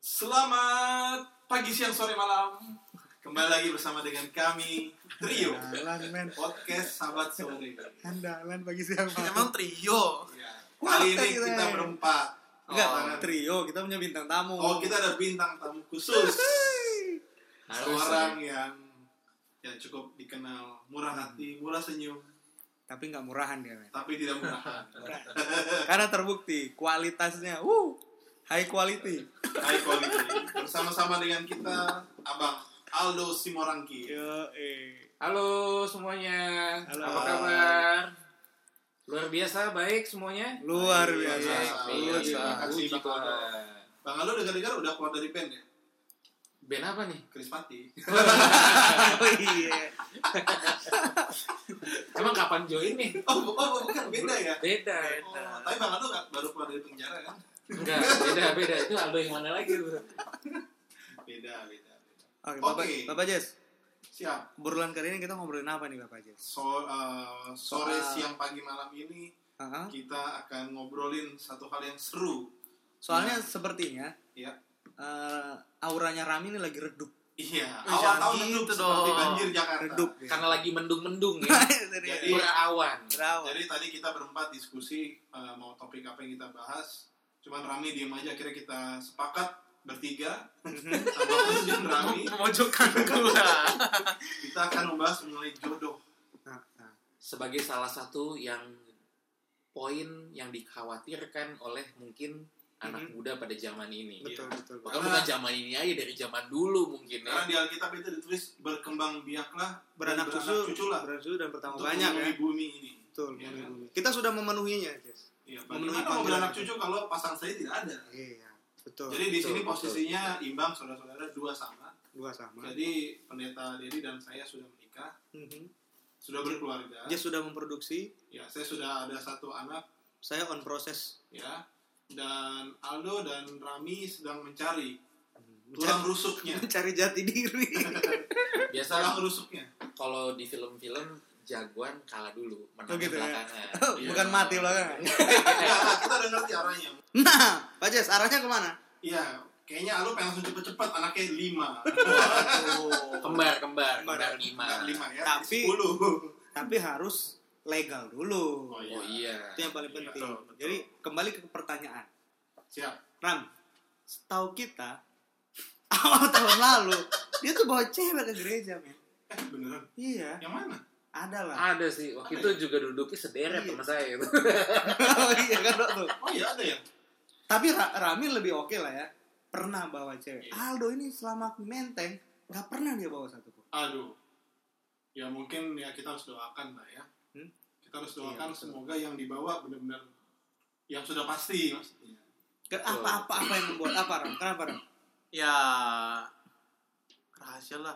Selamat pagi, siang, sore, malam. Kembali lagi bersama dengan kami Trio Podcast Sahabat Sore. Andalan pagi siang malam. Emang trio? Ya. Kali ini kita berempat. Enggak, trio, kita punya bintang tamu. Oh, kita ada bintang tamu khusus. Seorang yang cukup dikenal murah hati, murah senyum, Tapi nggak murahan dia, men. tapi tidak murahan. Karena terbukti kualitasnya, high quality. High quality. Bersama-sama dengan kita Abang Aldo Simorangki. Halo semuanya. Halo. Apa kabar? Luar biasa, baik semuanya. Luar Iya, biasa. luar biasa. Puji Bang Aldo. Tuhan. Bang Aldo dengar-dengar udah keluar dari band ya? Band apa nih? Krispati. Oh iya. Emang kapan join nih? Oh, bukan, beda ya? Beda. Oh, tapi Bang Aldo baru keluar dari penjara kan? Enggak, beda. Itu Aldo yang mana lagi tuh? Beda. Oke, Bapak Jess. Siap. Obrolan kali ini kita ngobrolin apa nih, Bapak Jess? Sore, siang, pagi, malam ini kita akan ngobrolin satu hal yang seru. Soalnya sepertinya Iya. auranya Rami ini lagi redup. Iya, Jangan awal tahun gitu redup dong. seperti banjir Jakarta. Redup. Karena lagi mendung-mendung ya. Jadi- Berawan. Jadi tadi kita berempat diskusi mau topik apa yang kita bahas. Cuman Rami diem aja, akhirnya kita sepakat bertiga. Abang dan Rami, Memojokkan gua. kita akan membahas mengenai jodoh. Nah. Sebagai salah satu yang poin yang dikhawatirkan oleh mungkin anak muda pada zaman ini. Betul. Bahkan bukan zaman ini aja, dari zaman dulu mungkin Karena ya. di Alkitab itu ditulis berkembang biaklah, Beranak dan cucu lah. beranak cucu dan bertambah Untuk banyak ya. memenuhi bumi ini. Betul, Iya, memenuhi kan? bumi. Kita sudah memenuhinya, Jess. Iya, Memenuhi bagaimana mau panggilan beranak itu. cucu kalau pasang saya tidak ada? Iya, betul. Jadi di sini betul. posisinya imbang, saudara-saudara, dua sama. Dua sama. Jadi pendeta Dedi dan saya sudah menikah, sudah berkeluarga. Jess sudah memproduksi, Ya, saya sudah ada satu anak, saya on proses. ya. Dan Aldo dan Rami sedang mencari tulang rusuknya. Mencari jati diri. Biasa Tulang rusuknya. kalau di film-film jagoan kalah dulu, menang Oh gitu ya? belakangan. Bukan mati belakangan. Enggak, kita udah ngerti arahnya. Nah, Pak Jess, arahnya kemana? Iya, kayaknya Aldo pengen langsung cepet-cepet, anaknya 5. Kembar Enggak 5. 5 ya, Tapi- 10. Tapi harus legal dulu. Oh, Oh iya. Itu yang paling Iya, penting. betul. Jadi kembali ke pertanyaan. Siap. Ram, setahu kita awal tahun lalu dia tuh bawa cewek ke gereja, men. Beneran? Iya, Yang mana? ada lah. Ada sih. Waktu itu juga duduknya sederet Iya. sama saya itu. Oh iya kan Dok, tuh. Oh iya, ada ya? Tapi Rami lebih oke lah ya. Pernah bawa cewek. Iya. Aldo ini selama aku menteng nggak pernah dia bawa satu pun. Aduh. Ya mungkin ya kita harus doakan lah ya. Kita harus doakan Iya, betul. semoga yang dibawa benar-benar yang sudah pasti maksudnya. Apa yang membuat apa Ram? Kenapa Ram? Ya rahasia lah.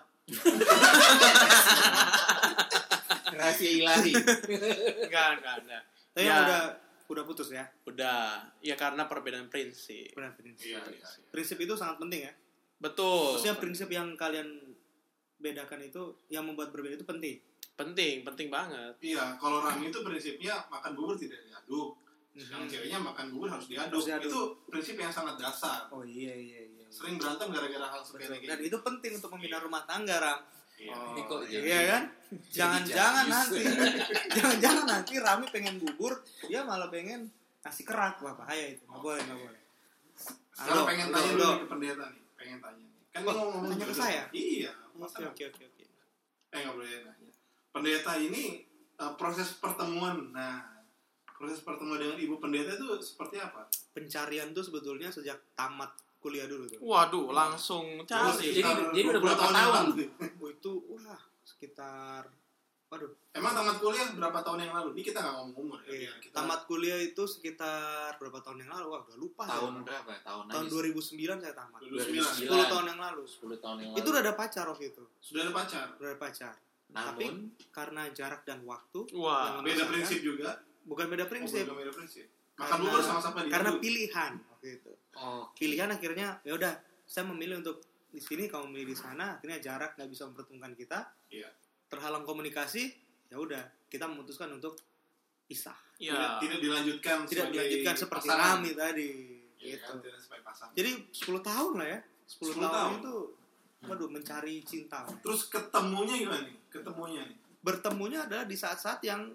Rahasia ilahi. Enggak ada. Tapi Ya. udah putus ya. Udah, ya karena perbedaan prinsip. Benar prinsip. Iya. Prinsip itu sangat penting ya. Betul. Maksudnya prinsip yang kalian bedakan itu, yang membuat berbeda itu penting. penting banget. Iya, kalau Rami itu prinsipnya makan bubur tidak diaduk. Yang ceweknya makan bubur harus diaduk. Harus diaduk. Itu prinsip yang sangat dasar. Oh iya. Sering berantem gara-gara hal Betul. sepele Dan gitu. itu penting untuk membina rumah tangga, Ram. Iya. Ini kok jadi- Iya kan? Jangan-jangan jayus. nanti, jangan-jangan nanti Rami pengen bubur, dia malah pengen kasih kerak. Wah bahaya itu. Nggak boleh. Sekarang Halo, pengen halo, tanya halo. dulu ke pendeta nih. Pengen tanya nih. Kan dia ngomong tanya ke jodoh. saya? Iya. Masa Oke. nggak boleh nanya. Pendeta ini proses pertemuan. Nah, proses pertemuan dengan ibu pendeta itu seperti apa? Pencarian tuh sebetulnya sejak tamat kuliah dulu tuh. Waduh, langsung cari. Jadi udah 20 berapa yang tahun? lalu. Oh itu, sekitar, Emang tamat kuliah berapa tahun yang lalu? Ini kita nggak ngomong umur ya. iya, Kita, tamat kuliah itu sekitar berapa tahun yang lalu? Wah udah lupa. Tahun saya. berapa? Tahun Tahun aja. 2009 saya tamat. 2009. 10 tahun yang lalu. 10 tahun yang lalu. Itu udah ada pacar waktu itu. Sudah ada pacar. Tapi Namun karena jarak dan waktu, Wah, yang Beda memisahkan, prinsip juga. bukan beda prinsip. Oh, beda prinsip. Makan Karena- bubur sama-sama diaduk. Karena pilihan waktu itu. oh, Pilihan akhirnya ya udah, saya memilih untuk di sini, kamu memilih di sana. Akhirnya jarak nggak bisa mempertemukan kita. Iya. Terhalang komunikasi, ya udah kita memutuskan untuk pisah. ya. Tidak dilanjutkan Tidak sebagai dilanjutkan seperti pasangan. Rami tadi. Iya Gitu. kan, tidak sebagai pasangan. Jadi 10 tahun lah ya. 10 10 tahun tahun. itu waduh mencari cinta. Men. Terus ketemunya gimana nih? Ketemunya nih. Bertemunya adalah di saat-saat yang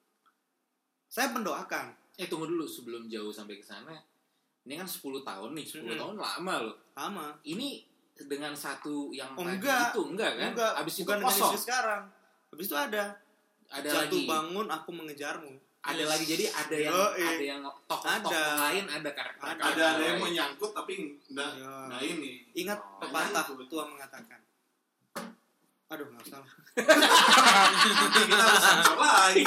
saya mendoakan. Tunggu dulu sebelum jauh sampai ke sana. Ini kan 10 tahun nih, 10 tahun lama loh. Lama. Ini dengan satu yang Oh, tadi enggak. itu enggak kan? Enggak, Abis itu bukan dengan kosong. istri sekarang. Habis itu ada Ada jatuh lagi. bangun aku mengejarmu. Ada lagi, jadi ada yang Yoi. ada yang tokoh-tokoh Ada. lain, ada karakter. Ada yang menyangkut tapi enggak Ya. enggak ini. Ingat Oh, pepatah nyangkut. tua mengatakan. Aduh, enggak salah. Nanti kita harus sensor lagi.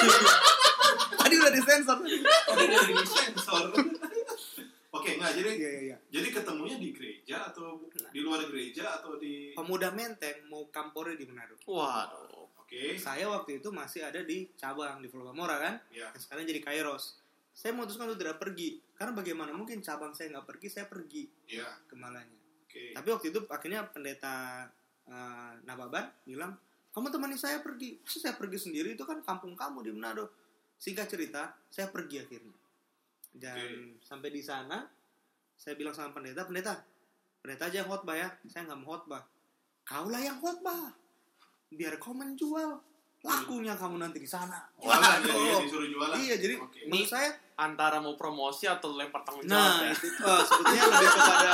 Tadi udah disensor. Udah di sensor. Oke, enggak jadi Iya. jadi ketemunya di gereja atau di luar gereja atau di Pemuda Menteng mau kampore di Manado. Waduh. Oke. Saya waktu itu masih ada di cabang di Pulau Bamora kan. Ya. Yang sekarang jadi Kairos. Saya memutuskan untuk tidak pergi. Karena bagaimana mungkin cabang saya nggak pergi, saya pergi Ya. ke Malanya. Oke. Tapi waktu itu akhirnya pendeta Nababan bilang, kamu temani saya pergi. Terus saya pergi sendiri, itu kan kampung kamu di Manado. Singkat cerita, saya pergi akhirnya. Dan sampai di sana, saya bilang sama pendeta aja yang khotbah ya. Saya nggak mau khotbah. Kaulah yang khotbah. Biar kau menjual. Lakunya kamu nanti di sana. Jualan ya, Waduh. dia disuruh jualan. Iya, jadi Oke. menurut saya, Antara mau promosi atau lempar tanggung jawab nah ya? itu sebetulnya lebih kepada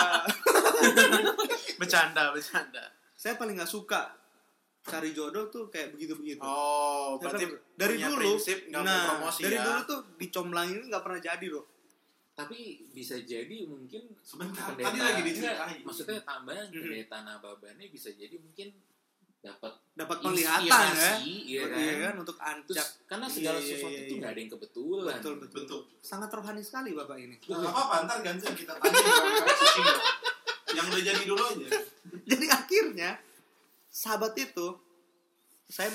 Bercanda. saya paling nggak suka cari jodoh tuh kayak begitu-begitu. Oh, Saya berarti tahu, dari punya dulu, prinsip nggak mau promosi dari ya? dulu tuh dicomblangin nggak pernah jadi loh. Tapi bisa jadi mungkin Sebentar, pendeta, tadi lagi enggak, diceritain. maksudnya tambahan pendeta Nababannya bisa jadi mungkin dapat Dapat penglihatan ya. inspirasi, iya kan? Iya kan untuk Terus ancak. karena segala Iya, sesuatu iya, itu iya. nggak ada yang kebetulan. Betul. Sangat rohani sekali Bapak ini. Enggak apa-apa, ntar gantian kita tanya yang suci dong. Yang udah jadi dulu aja. Jadi akhirnya sahabat itu saya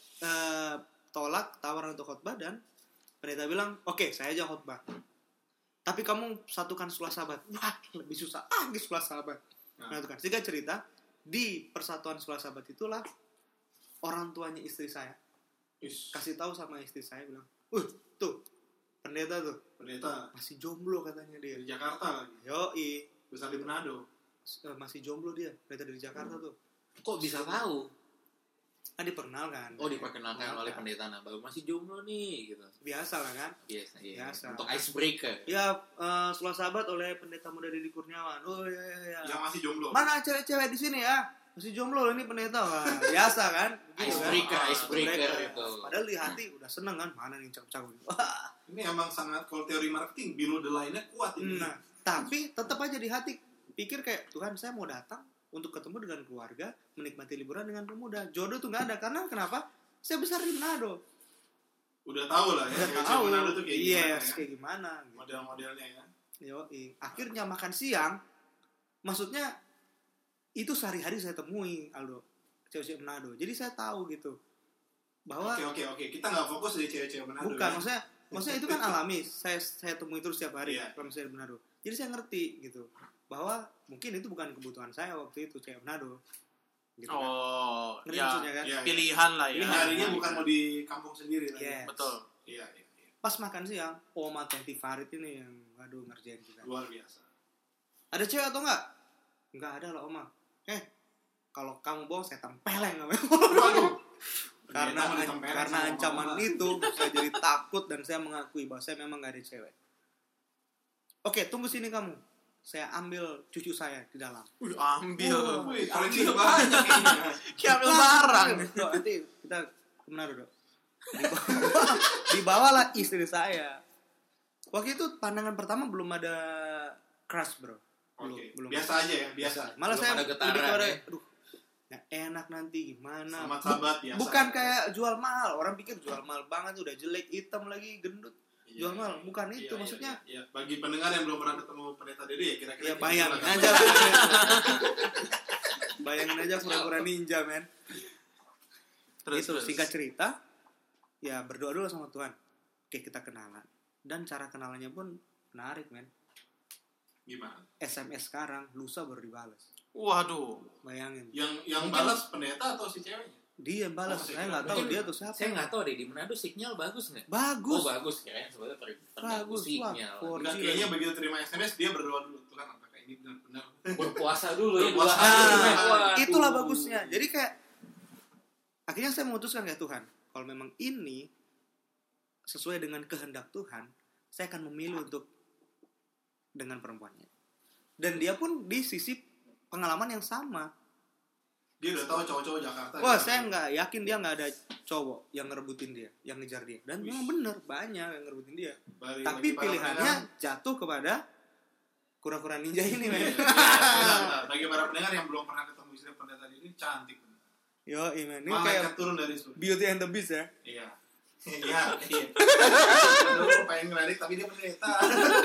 tolak tawaran untuk khotbah dan pendeta bilang, oke, saya aja khotbah. Tapi kamu satukan sekolah sahabat. Wah, lebih susah. Sekolah sahabat. Nah, itu kan. Sehingga cerita, di persatuan sekolah sahabat itulah orang tuanya istri saya Is, kasih tahu sama istri saya bilang, tuh, pendeta tuh pendeta masih jomblo katanya dia. dari Jakarta lagi. Yoi, Besar di Manado. masih jomblo dia, pendeta dari Jakarta tuh. Kok bisa tahu? Kan diperkenalkan. Oh, diperkenalkan oleh pendeta Nababan, masih jomblo nih gitu. Biasa lah kan. Biasa, iya. Biasa. Untuk icebreaker. Ya, sekolah sahabat oleh pendeta muda Deddy Kurniawan. Oh iya. Yang masih jomblo. Mana cewek-cewek di sini ya? Masih jomblo loh ini pendeta. Wah, biasa kan? Gitu kan? Icebreaker itu. Padahal di hati udah seneng kan? Mana nih cakep-cakep. Wah. Ini emang sangat, kalau teori marketing below the line-nya kuat ini. Nah, tapi tetap aja di hati pikir kayak, Tuhan saya mau datang untuk ketemu dengan keluarga, menikmati liburan dengan pemuda. Jodoh tuh nggak ada. Karena kenapa? Saya besar di Manado. Udah tahu lah ya. Udah cewek-cewek tahu. Manado tuh kayak gimana ya. Kayak gimana. Gitu. Model-modelnya ya. Yoi. Akhirnya makan siang, maksudnya itu sehari-hari saya temui Aldo, cewek-cewek Manado. Jadi saya tahu gitu bahwa Oke. Kita nggak fokus di cewek-cewek Manado. bukan, ya. maksudnya itu kan alami. Saya temui terus setiap hari Iya. kalau misalnya di Manado. Jadi saya ngerti gitu bahwa mungkin itu bukan kebutuhan saya waktu itu cewek Manado. Gitu kan. Oh, Ngerti ya, maksudnya kan? Iya. pilihan lah ya. Pilihan. Harinya bukan mau di kampung sendiri lagi. Yes. Betul. Iya. Pas makan siang, Oma Tenti Farid ini yang waduh ngerjain kita. Luar biasa. Ada cewek atau enggak? Enggak ada lah Oma. Kalau kamu bohong saya tempeleng namanya. Waduh. karena ancaman itu saya jadi takut dan saya mengakui bahwa saya memang gak ada cewek. Oke, tunggu sini kamu. Saya ambil cucu saya di dalam. Ambil. Wih, koleksi banyak kayaknya. Kayak ambil barang. Dok, nanti kita kemana Dok? Dibawalah istri saya. Waktu itu pandangan pertama belum ada crush bro. Oke. Biasa aja ya, biasa. Malah Belum saya ada getaran, lebih kepada, ya. aduh, nggak enak nanti gimana. Sama sahabat biasa. Bukan kayak jual mahal. Orang pikir jual mahal banget, udah jelek, hitam lagi, gendut. Iya, Jual mahal. iya, Bukan iya, itu, iya, maksudnya. iya. Bagi pendengar yang belum pernah ketemu pendeta Dede ya kira-kira. Ya gitu bayangin lah. aja lah. Bayangin aja pura-pura ninja men. Itu singkat cerita, ya berdoa dulu sama Tuhan. Oke, kita kenalan. Dan cara kenalannya pun menarik men. Gimana? SMS sekarang, lusa baru dibalas. Waduh. Bayangin. Yang balas pendeta atau si ceweknya? Dia balas, Oh, saya nggak tahu mungkin dia tuh siapa. Saya nggak tahu deh di Manado sinyal bagus nggak? Bagus. Oh bagus, kirain sebenarnya terganggu Bagus, sinyal. wah. Enggak, kayaknya begitu terima SMS dia berdoa dulu, Tuhan apakah ini benar-benar Berpuasa dulu ya. Berpuasa. 2 hari. Nah, Waduh. itulah bagusnya. Jadi kayak akhirnya saya memutuskan kayak Tuhan, kalau memang ini sesuai dengan kehendak Tuhan, saya akan memilih untuk dengan perempuannya. Dan dia pun di sisi pengalaman yang sama. dia udah tahu cowok-cowok Jakarta. Wah, dia- saya nggak yakin dia nggak ada cowok yang ngerebutin dia, yang ngejar dia. Dan memang bener banyak yang ngerebutin dia. Tapi para pilihannya pendengar- jatuh kepada kura-kura ninja ini, men. Benar. Bagi para pendengar yang belum pernah ketemu istri pendeta ini cantik. Yo, men. Ini Malaikat kayak turun dari surga. Beauty and the Beast ya. Iya. Iya. Lu pengen ngeladik tapi dia pendeta.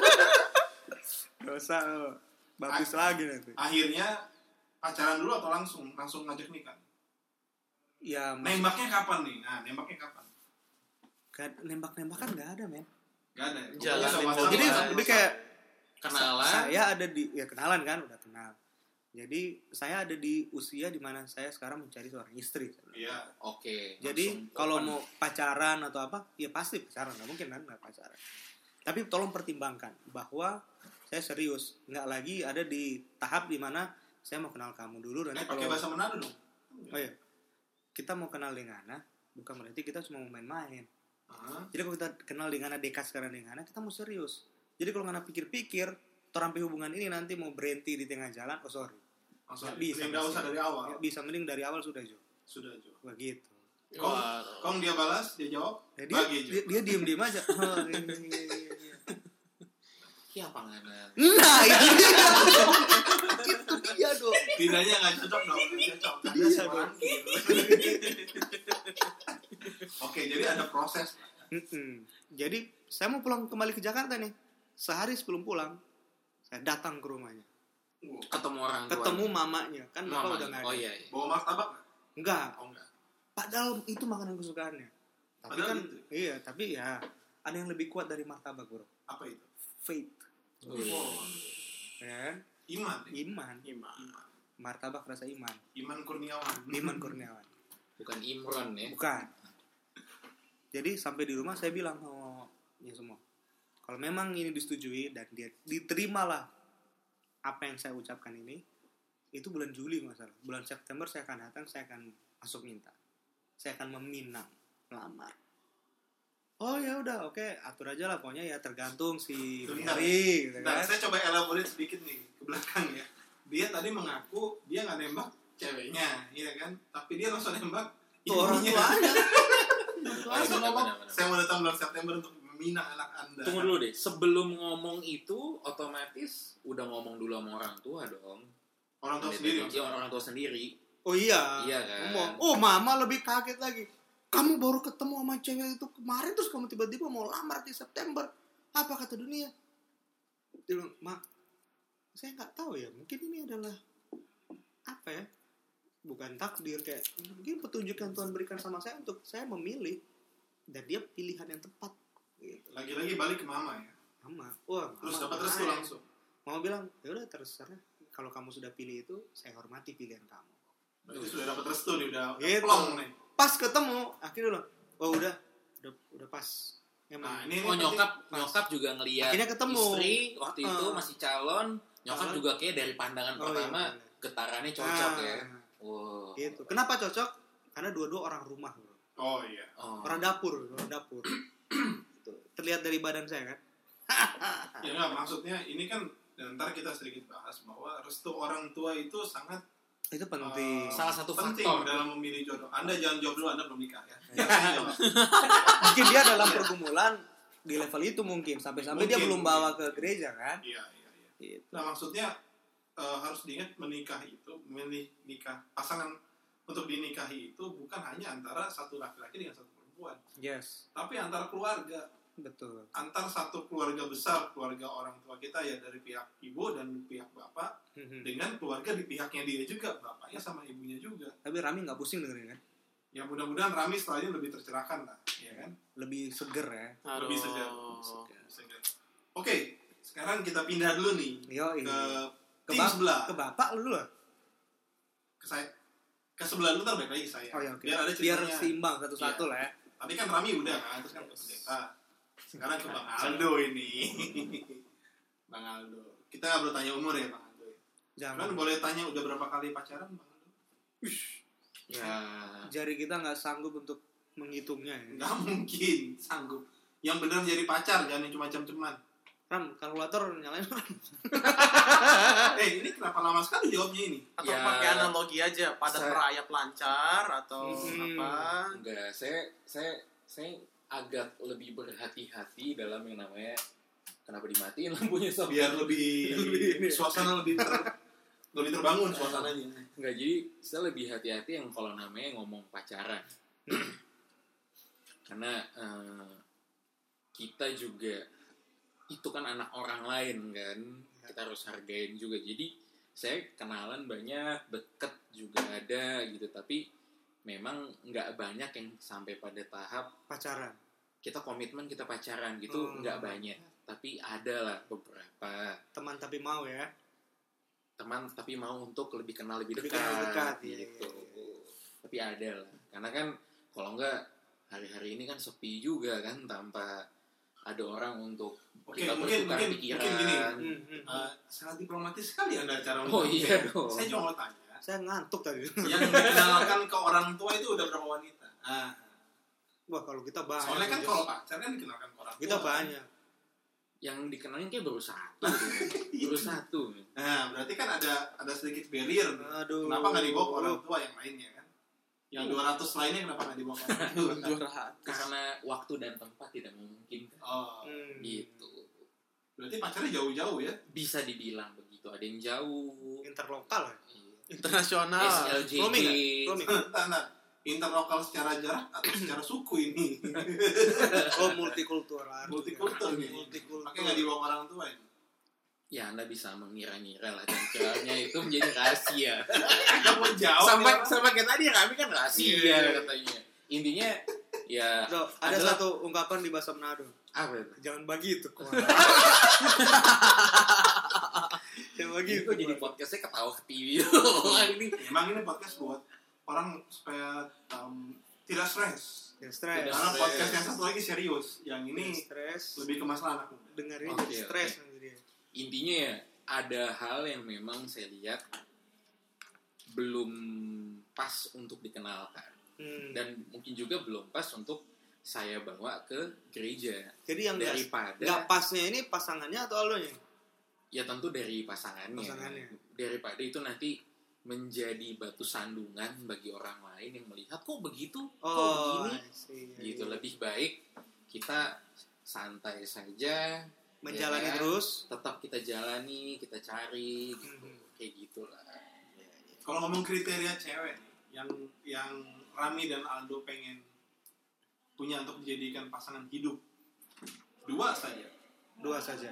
Dosa lo. Bagus lagi nanti. Akhirnya pacaran dulu atau langsung ngajak nikah? Ya, Nembaknya kapan nih? Nah, nembaknya kapan? nembak-nembak kan nggak ada, men. Gak ada. Jalan Pokoknya mobil. Jadi sama-sama. jadi kayak Kenalan. saya ada di ya kenalan kan, udah kenal. Jadi saya ada di usia dimana saya sekarang mencari seorang istri. Iya. Oke. Jadi langsung kalau open. mau pacaran atau apa, ya pasti pacaran, nggak mungkin kan nggak pacaran. Tapi tolong pertimbangkan bahwa saya serius, nggak lagi ada di tahap dimana saya mau kenal kamu dulu nanti Pakai bahasa Manado dong. oh ya kita mau kenal Dengana, bukan berarti kita cuma mau main-main. Hah? Jadi kalau kita kenal Dengana, dekat sekarang Dengana, kita mau serius. Jadi kalau nggak pikir-pikir, terampi hubungan ini nanti mau berhenti di tengah jalan, oh sorry, Langsung nggak bisa. nggak usah dari awal. Nggak bisa, mending dari awal sudah Jo. Sudah Jo. Begitu. Kong dia balas, dia jawab, Ya, bagi Jo. dia diem-diem aja. Oh, iya. Iya panganan. Nah, itu dia. Itu dia dong. Tidaknya nggak cocok dong, nggak cocok. Ada Iya, seorang gitu. Oke, jadi ada proses. Jadi saya mau pulang kembali ke Jakarta nih. Sehari sebelum pulang, saya datang ke rumahnya. Ketemu orang tua. Ketemu mamanya, kan bapak Mama. udah nggak ada. Oh iya. iya. Bawa martabak nggak? Enggak. Oh enggak. Padahal itu makanan kesukaannya. Tapi Padahal kan itu. iya, tapi ya ada yang lebih kuat dari martabak, Bro. Apa itu? Faith. Oh, Ya kan? iman. Iman. Iman. Martabak rasa iman. Iman Kurniawan. Iman Kurniawan. Bukan Imron ya. Bukan. Jadi sampai di rumah saya bilang sama ya semua, kalau memang ini disetujui dan dia diterimalah apa yang saya ucapkan ini, itu bulan Juli nggak salah. Bulan September saya akan datang, saya akan masuk minta. Saya akan meminang, melamar. Oh ya udah, oke, atur aja lah pokoknya ya tergantung si Bentar. Mary, gitu Nah, kan. saya coba elaborate sedikit nih ke belakang ya. Dia tadi mengaku dia nggak nembak ceweknya, iya kan? Tapi dia langsung nembak Tuh orang ibunya. tuanya. Langsung ngomong, Benar-benar. saya mau datang bulan September untuk meminang anak Anda. Tunggu dulu deh. Sebelum ngomong itu, otomatis udah ngomong dulu sama orang tua dong. Orang tua sendiri. Iya, orang tua sendiri. Oh iya. Iya kan? Ngomong. Oh mama lebih kaget lagi. Kamu baru ketemu sama cewek itu kemarin terus kamu tiba-tiba mau lamar di September. Apa kata dunia? Dia bilang, "Ma, saya nggak tahu ya. Mungkin ini adalah apa ya? Bukan takdir kayak mungkin petunjuk yang Tuhan berikan sama saya untuk saya memilih dan dia pilihan yang tepat." Gitu. Lagi-lagi balik ke mama ya. Mama, wah, Terus mama dapat restu marah. langsung. Mama bilang, ya udah terserah. Kalau kamu sudah pilih itu, saya hormati pilihan kamu. Berarti sudah dapat restu nih, udah Gitu. plong nih. Pas ketemu akhirnya loh, oh udah pas emang. Nah, ini Oh penting. nyokap juga ngelihat Akhirnya ketemu. istri waktu itu Ah. masih calon. Nyokap Calon. juga kayak dari pandangan Oh, pertama iya, bener. getarannya cocok Nah, ya. Wow. gitu. Kenapa cocok? Karena dua-dua orang rumah, bro. Oh iya. Oh. Orang dapur. Tuh, terlihat dari badan saya kan. Ya enggak, maksudnya ini kan dan ntar kita sedikit bahas bahwa restu orang tua itu sangat Itu penting. Salah satu penting faktor. dalam memilih jodoh. Anda jangan jawab dulu, Anda belum nikah ya. Ya. Saya jawab. Mungkin dia dalam pergumulan di level itu mungkin sampai-sampai dia Mungkin, belum bawa ke gereja kan. Iya, iya, iya. Gitu. Nah, maksudnya harus diingat menikah itu, nikah pasangan untuk dinikahi itu bukan hanya antara satu laki-laki dengan satu perempuan, Yes, tapi antara keluarga, betul. antar satu keluarga besar, keluarga orang tua kita ya dari pihak ibu dan pihak bapak dengan keluarga di pihaknya dia juga, bapaknya sama ibunya juga. Tapi Rami nggak pusing dengerin kan? Ya mudah-mudahan Rami setelah ini lebih tercerahkan lah, ya kan? Lebih seger ya. Aduh. Lebih segar. Oke, sekarang kita pindah dulu nih Yo, ke ke tim sebelah. ke bapak lu lah. Ke saya. ke sebelah lu ntar balik lagi saya. Oh ya, oke. Biar ada Biar ceritanya. seimbang satu-satu Iya. lah ya. Tadi kan Rami udah kan, terus kan ke pendeta. Sekarang ke Bang Aldo ini. Bang Aldo. Kita nggak boleh tanya umur ya Bang Aldo. Jangan. Kan boleh tanya udah berapa kali pacaran Bang Aldo? Ya, Jari kita nggak sanggup untuk menghitungnya ya. Nggak mungkin sanggup. Yang benar jadi pacar, jangan yang cuma cem-ceman. Ram, kalkulator nyalain. Ini kenapa lama sekali jawabnya ini? Atau Ya. pakai analogi aja, padat Saya- merayap lancar atau apa? enggak. Saya agak lebih berhati-hati dalam yang namanya kenapa dimatiin lampunya sob? Biar lebih suasana lebih terbangun suasananya. Enggak, jadi saya lebih hati-hati yang kalau namanya ngomong pacaran. Karena kita juga itu kan anak orang lain kan, kita harus hargain juga. Jadi saya kenalan banyak, deket juga ada gitu, tapi memang nggak banyak yang sampai pada tahap Pacaran. kita komitmen kita pacaran gitu, nggak banyak. Tapi ada lah beberapa Teman tapi mau ya. teman tapi mau untuk lebih kenal lebih Lebih dekat, kenal dekat, iya, gitu. iya, iya. Tapi ada lah, karena kan kalau nggak hari-hari ini kan sepi juga kan tanpa ada orang untuk Oke, kita mungkin bertukar pikiran. gini. Hmm. Sangat diplomatis sekali Anda cara Oh ngomong. iya dong. Saya cuma mau tanya. Saya ngantuk tadi. Yang dikenalkan ke orang tua itu udah berapa wanita? Wah, kalau kita banyak. Soalnya kan Jos. kalau pacar kan dikenalkan ke orang tua. kita banyak. Yang dikenalin kayak baru satu, baru satu. Nah, berarti kan ada sedikit barrier. Aduh. Kenapa nggak dibawa ke orang tua yang lainnya kan? Yang 200 lainnya kenapa nggak dibawa ke orang tua? Juara hati. Karena waktu dan tempat tidak memungkinkan. Oh, Gitu. berarti pacarnya jauh-jauh ya? Bisa dibilang begitu. Ada yang jauh. Interlokal ya. Internasional. SLJJ. Roaming nggak? Roaming. Nah, interlokal secara jarak atau secara suku ini? Oh, multikultural. Multikultur nih. Multikultur. Makanya nggak dibawa ke orang tua ini. Ya Anda bisa mengira-ngira lah, dan kiranya itu menjadi rahasia. Nggak mau jawab. Sama kayak tadi kami kan rahasia Iya. katanya. Intinya ya So, ada adalah- satu ungkapan di bahasa Manado. apa itu? Jangan bagi itu. Jangan bagi Ini itu. kok jadi podcastnya ketawa ke TV ini. Emang ini podcast buat orang supaya tidak stres. Ya, stres. Tidak Karena stres. podcast yang satu lagi serius. Yang ini Stres. lebih ke masalah anak muda. Dengerin Oke, jadi oke. stres nanti dia. Intinya ya ada hal yang memang saya lihat belum pas untuk dikenalkan, dan mungkin juga belum pas untuk saya bawa ke gereja. Jadi yang nggak Daripada pasnya ini pasangannya atau alonya? ya tentu dari pasangannya. Pasangannya. Daripada itu nanti menjadi batu sandungan bagi orang lain yang melihat kok begitu, kok Oh, begini, I see. gitu. Lebih baik kita santai saja, Menjalani ya kan? terus. Tetap kita jalani, kita cari, gitu. Mhm. Kayak gitulah. Kalau ngomong kriteria cewek nih, yang Rami dan Aldo pengen punya untuk dijadikan pasangan hidup, 2 saja. 2 saja.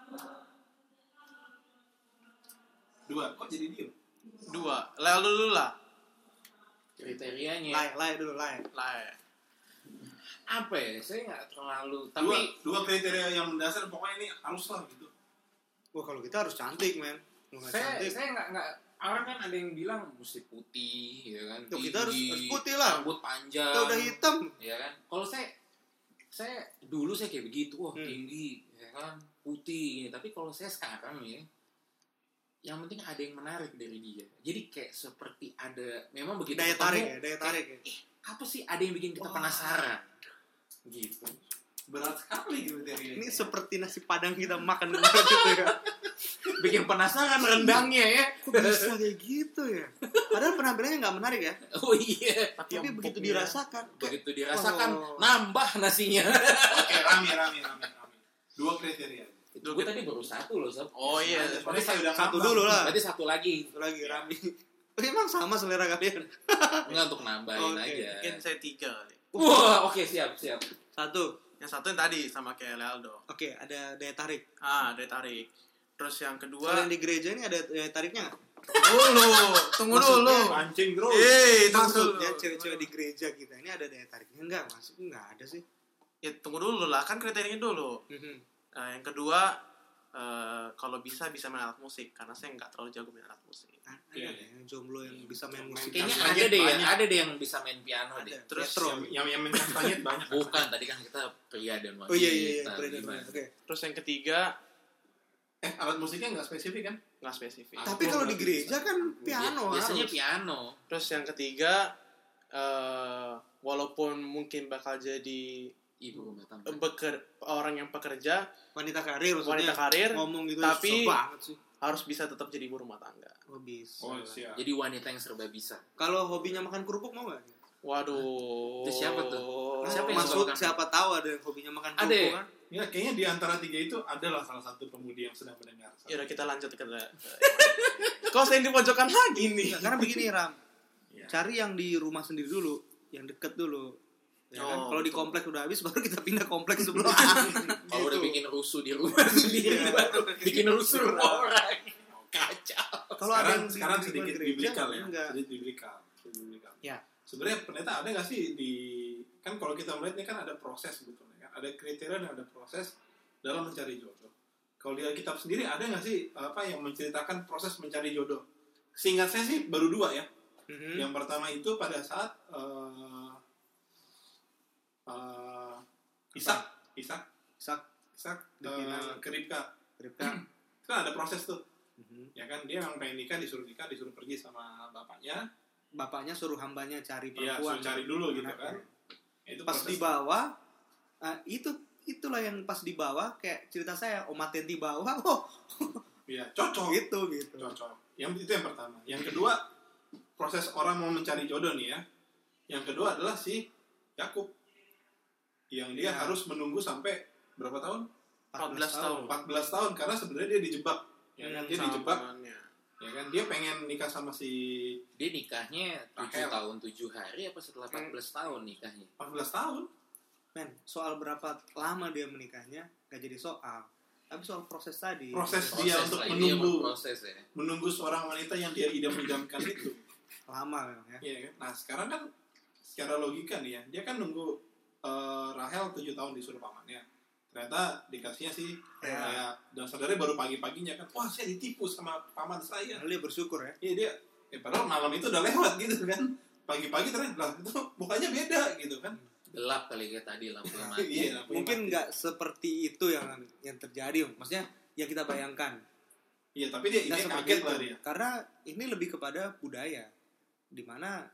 2, kok jadi diem? 2. Lel dulu lah. Kriterianya Lay dulu, lay. Lah. apa ya? Saya nggak terlalu, tapi Dua kriteria yang mendasar pokoknya ini harus lah gitu. Wah, kalau kita harus cantik, men. Kalau nggak cantik, saya nggak orang kan ada yang bilang mesti putih, ya kan? Tuh, kita harus Tinggi, putih lah. rambut panjang. kita udah hitam. Ya kan? Kalau saya dulu saya kayak begitu, wah Hmm. tinggi, ya kan, putih. Tapi kalau saya sekarang ya, yang penting ada yang menarik dari dia. Jadi kayak seperti ada, memang begitu Daya ketemu, tarik ya, daya tarik ya. apa sih ada yang bikin kita Wah. penasaran, gitu. Berat sekali kriteria. Ini seperti nasi padang kita makan kemarin gitu ya. Bikin penasaran rendangnya ya. Kok bisa kayak gitu ya? Padahal penampilannya nggak menarik ya. Oh iya. Tapi empuknya. begitu dirasakan, Begitu dirasakan Oh. nambah nasinya. Oke, Rami. 2 kriteria. Itu gue tadi baru satu loh, Sob. Oh iya. Soalnya saya udah satu ngambang. dulu lah. Berarti satu lagi. Satu lagi Rami. Oh, emang sama selera kalian? Enggak, untuk nambahin Oke, aja. Mungkin saya 3 kali. Wah, oke, siap. Satu. Yang satu yang tadi sama kayak Lealdo. Oke, ada daya tarik. Daya tarik. Terus yang Kalau kedua, yang di gereja ini ada daya tariknya nggak? tunggu Maksudnya- dulu. Pancing terus. Tunggu Maksudnya dulu. cewek-cewek di gereja kita ini ada daya tariknya enggak? Maksudnya enggak ada sih. Ya tunggu dulu lah, kan kriterianya dulu. Mhm. Nah, yang kedua kalau bisa main alat musik karena saya nggak terlalu jago main alat musik. Ada Iya, deh yang jomblo yang bisa main musik. Kayaknya Kastanyet ada banyak. deh yang bisa main piano Ada. deh. Terus yang main kastanyet banyak. Bukan, tadi kan kita pria dan wanita. Oh iya, beredar. Gimana? Oke. terus yang ketiga Alat musiknya nggak spesifik kan? nggak spesifik. Ah. Tapi kalau di gereja kan piano Biasanya harus. piano. Terus yang ketiga walaupun mungkin bakal jadi Ibu rumah tangga. orang yang pekerja, Wanita karir maksudnya. wanita karir, Ngomong gitu tapi- susah banget sih. harus bisa tetap jadi ibu rumah tangga. Oh bisa. Oh siap. Jadi wanita yang serba bisa. Kalau hobinya makan kerupuk mau nggak? Waduh. Itu siapa tuh? Oh, Siapa yang maksud suka makan? siapa tahu ada yang hobinya makan Ada kerupuk ya? kan? Ya kayaknya di antara 3 itu adalah salah satu pemudi yang sedang mendengar. Ya udah kita lanjut ke kok saya di pojokan lagi nih. Nggak, karena begini Ram, Iya. cari yang di rumah sendiri dulu, yang deket dulu. Ya kan? Oh, Kalau di betul. komplek udah habis baru kita pindah komplek sebelah. Kalau udah bikin rusuh di rumah sendiri, Iya. baru bikin rusuh rumah orang. Kacau. Kalau ada yang Sekarang di sedikit gereja, biblikal ya. enggak. Sedikit biblikal. Ya. Sebenarnya pendeta ada nggak sih di kan kalau kita melihat ini kan ada proses sebetulnya kan, ada kriteria dan ada proses dalam mencari jodoh. Kalau di Alkitab sendiri ada nggak sih yang menceritakan proses mencari jodoh? Seingat saya sih baru 2 ya. Mhm. Yang pertama itu pada saat Ishak Sak ke Ribka. Ribka. Kan ada proses tuh. Mhm. Ya kan dia memang pengen nikah, disuruh pergi sama bapaknya. Bapaknya suruh hambanya cari Iya, perempuan. suruh cari dulu gitu Anaknya. kan. Ya, itu Pas proses. dibawa, itulah yang pas dibawa kayak cerita saya, Om Atenti bawa, oh Iya, cocok. gitu. Cocok. Itu yang pertama. Yang kedua, proses orang mau mencari jodoh nih ya. Yang kedua adalah si Yakub. Yang dia Ya. harus menunggu sampai berapa tahun? 14 tahun. 14 tahun karena sebenarnya dia dijebak. Ya kan dia Sama dijebak. temannya. Ya kan dia pengen nikah sama si Dia nikahnya 7 Rahel. tahun 7 hari apa setelah 14 tahun nikahnya? 14 tahun. Men, soal berapa lama dia menikahnya gak jadi soal. Tapi soal proses tadi. Proses dia untuk lah, ini menunggu. emang proses ya. Menunggu seorang wanita yang dia idam-idamkan itu. Lama memang ya. Iya kan? Nah, sekarang kan secara logika nih ya, dia kan nunggu Rahel 7 tahun disuruh pamannya. Ternyata dikasihnya sih Ya. kayak dan saudaranya baru pagi-paginya kan, wah saya ditipu sama paman saya. Lalu dia bersyukur ya. Iya dia, padahal malam itu udah lewat gitu kan. Pagi-pagi ternyata lah itu mukanya beda gitu kan. Gelap kali ya tadi lampunya mati. Iya, lampunya Mungkin mati. nggak seperti itu yang terjadi. Maksudnya yang kita bayangkan. Iya, tapi dia Nggak ini seperti kaget itu. lah dia. Karena ini lebih kepada budaya. Dimana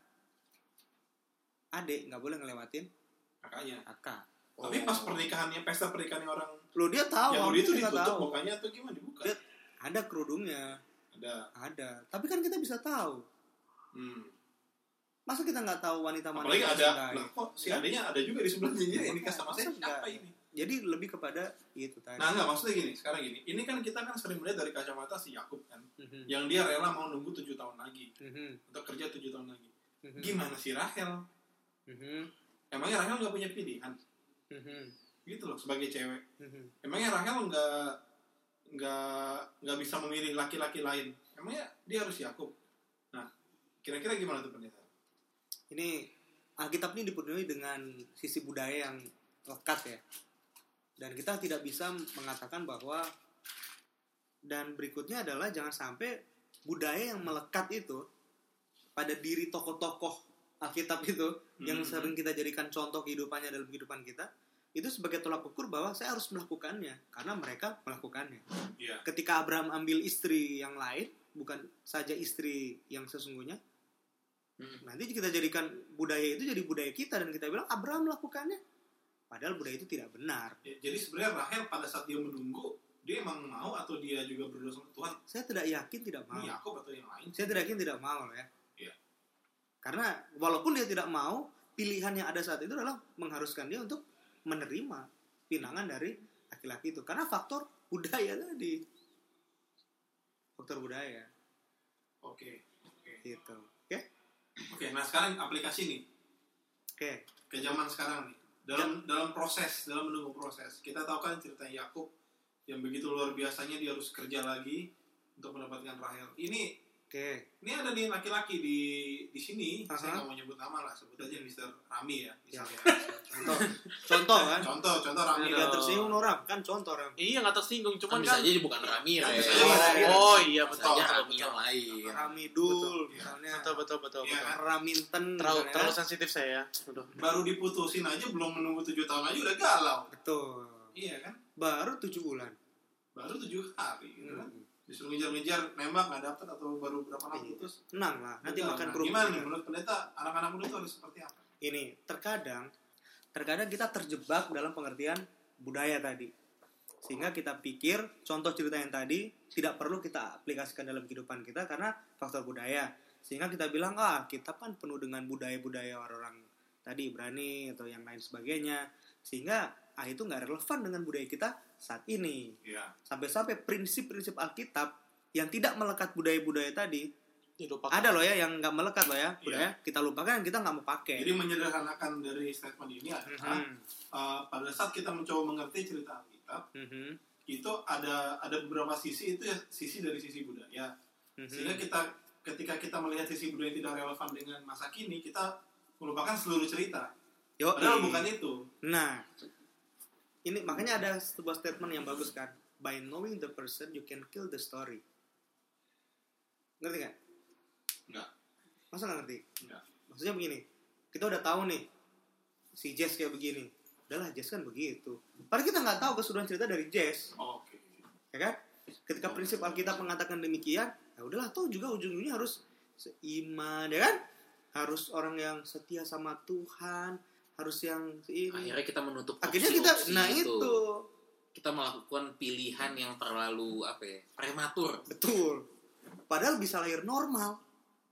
adik nggak boleh ngelewatin Makanya. kakak. Tapi pas pernikahannya, pesta pernikahannya orang Lo dia tahu. Yahudi itu kita nggak ditutup tahu. mukanya atau gimana dibuka? Dia- Ada kerudungnya. Ada. Tapi kan kita bisa tahu. Hmm. Masa kita nggak tahu wanita mana Apalagi yang ada, dicintai? lah kok si adanya ada juga di sebelah sini yang nikah sama saya, Masa nggak? siapa ini? Jadi lebih kepada itu tadi. Nah enggak, maksudnya gini, sekarang gini, ini kan kita kan sering melihat dari kacamata si Yakub kan, Mhm. yang dia rela mau nunggu 7 tahun lagi, Mhm. untuk kerja 7 tahun lagi. Mhm. Gimana si Rahel? Mhm. Emangnya Rahel nggak punya pilihan? Mhm. Gitu loh, sebagai cewek. Mhm. Emangnya Rahel nggak bisa memilih laki-laki lain? Emangnya dia harus Yakub? Nah, kira-kira gimana tuh pendeta? Ini Alkitab ini dipenuhi dengan sisi budaya yang lekat ya. Dan kita tidak bisa mengatakan bahwa dan berikutnya adalah jangan sampai budaya yang melekat itu pada diri tokoh-tokoh Alkitab itu yang sering kita jadikan contoh kehidupannya dalam kehidupan kita itu sebagai tolak ukur bahwa saya harus melakukannya karena mereka melakukannya. Iya. Ketika Abraham ambil istri yang lain bukan saja istri yang sesungguhnya, nanti kita jadikan budaya itu jadi budaya kita dan kita bilang Abraham melakukannya padahal budaya itu tidak benar. Ya, jadi sebenarnya Rahel pada saat dia menunggu, dia emang mau atau dia juga berdoa sama Tuhan? Saya tidak yakin tidak mau. Ini Yakub atau yang lain? Saya tidak yakin tidak mau ya. Iya. Karena walaupun dia tidak mau, pilihan yang ada saat itu adalah mengharuskan dia untuk menerima pinangan dari laki-laki itu karena faktor budaya tadi. Faktor budaya Oke. gitu. Oke, nah sekarang aplikasi nih Oke. ke zaman sekarang nih. Dalam menunggu proses. Kita tahu kan cerita Yakub yang begitu luar biasanya dia harus kerja lagi untuk mendapatkan Rahel. Ini Oke. Ini ada nih laki-laki di sini, Aha. saya nggak mau nyebut nama lah, sebut aja Mr. Rami ya. Ya. Misalnya. Contoh kan. Contoh Rami. Tidak tersinggung orang kan contoh orang. Iya nggak tersinggung, cuman Bisa kan. aja bukan Rami Kan ya. bisa jadi Rami. Oh iya Bisa betul. aja Betul Rami yang lain. Ramidul misalnya. betul. Iya kan? Raminten Terlalu misalnya. terlalu sensitif saya ya. Udah. Baru diputusin aja belum menunggu 7 tahun aja udah galau. Betul. Iya kan? Baru 7 bulan. Baru 7 hari gitu kan. Hmm. Disuruh ngejar-ngejar, nembak nggak dapet atau baru berapa lama Iya. putus. Tenang lah, nanti Udah, makan nah, kerupuk. gimana nih menurut pendeta, anak-anak muda itu harus seperti apa? Ini terkadang kita terjebak dalam pengertian budaya tadi, sehingga kita pikir contoh cerita yang tadi tidak perlu kita aplikasikan dalam kehidupan kita karena faktor budaya, sehingga kita bilang kita kan penuh dengan budaya-budaya orang-orang tadi Ibrani atau yang lain sebagainya, sehingga itu nggak relevan dengan budaya kita saat ini. Iya. Sampai-sampai prinsip-prinsip Alkitab yang tidak melekat budaya-budaya tadi Dilupakan. ada loh ya yang nggak melekat loh ya budaya, Iya. kita lupakan, kita nggak mau pakai. Jadi menyederhanakan dari statement ini adalah pada saat kita mencoba mengerti cerita Alkitab, itu ada beberapa sisi, itu ya sisi dari sisi budaya. Sehingga ketika kita melihat sisi budaya yang tidak relevan dengan masa kini, kita melupakan seluruh cerita. Padahal bukan itu. Nah, ini makanya ada sebuah statement yang bagus kan. By knowing the person, you can kill the story. Ngerti nggak? Enggak. Masa nggak ngerti? Enggak. Maksudnya begini, kita udah tahu nih si Jess kayak begini. Udahlah, Jess kan begitu. Padahal kita nggak tahu keseluruhan cerita dari Jess, Oke. ya kan? Ketika prinsip Alkitab mengatakan demikian, ya udahlah, tahu juga ujung-ujungnya harus seiman, ya kan? Harus orang yang setia sama Tuhan, harus yang ini. Akhirnya kita menutup Akhirnya kita, opsi-opsi nah itu. Kita melakukan pilihan yang terlalu prematur. Betul. Padahal bisa lahir normal.